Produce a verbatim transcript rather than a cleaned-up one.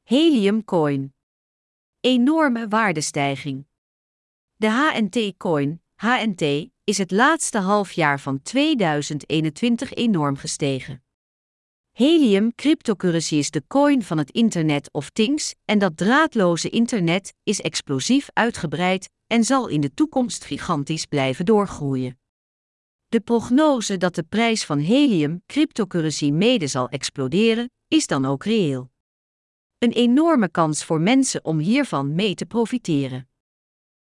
Helium Coin. Enorme waardestijging. De H N T-coin, H N T, is het laatste halfjaar van tweeduizend eenentwintig enorm gestegen. Helium cryptocurrency is de coin van het Internet of Things en dat draadloze internet is explosief uitgebreid en zal in de toekomst gigantisch blijven doorgroeien. De prognose dat de prijs van helium cryptocurrency mede zal exploderen, is dan ook reëel. Een enorme kans voor mensen om hiervan mee te profiteren.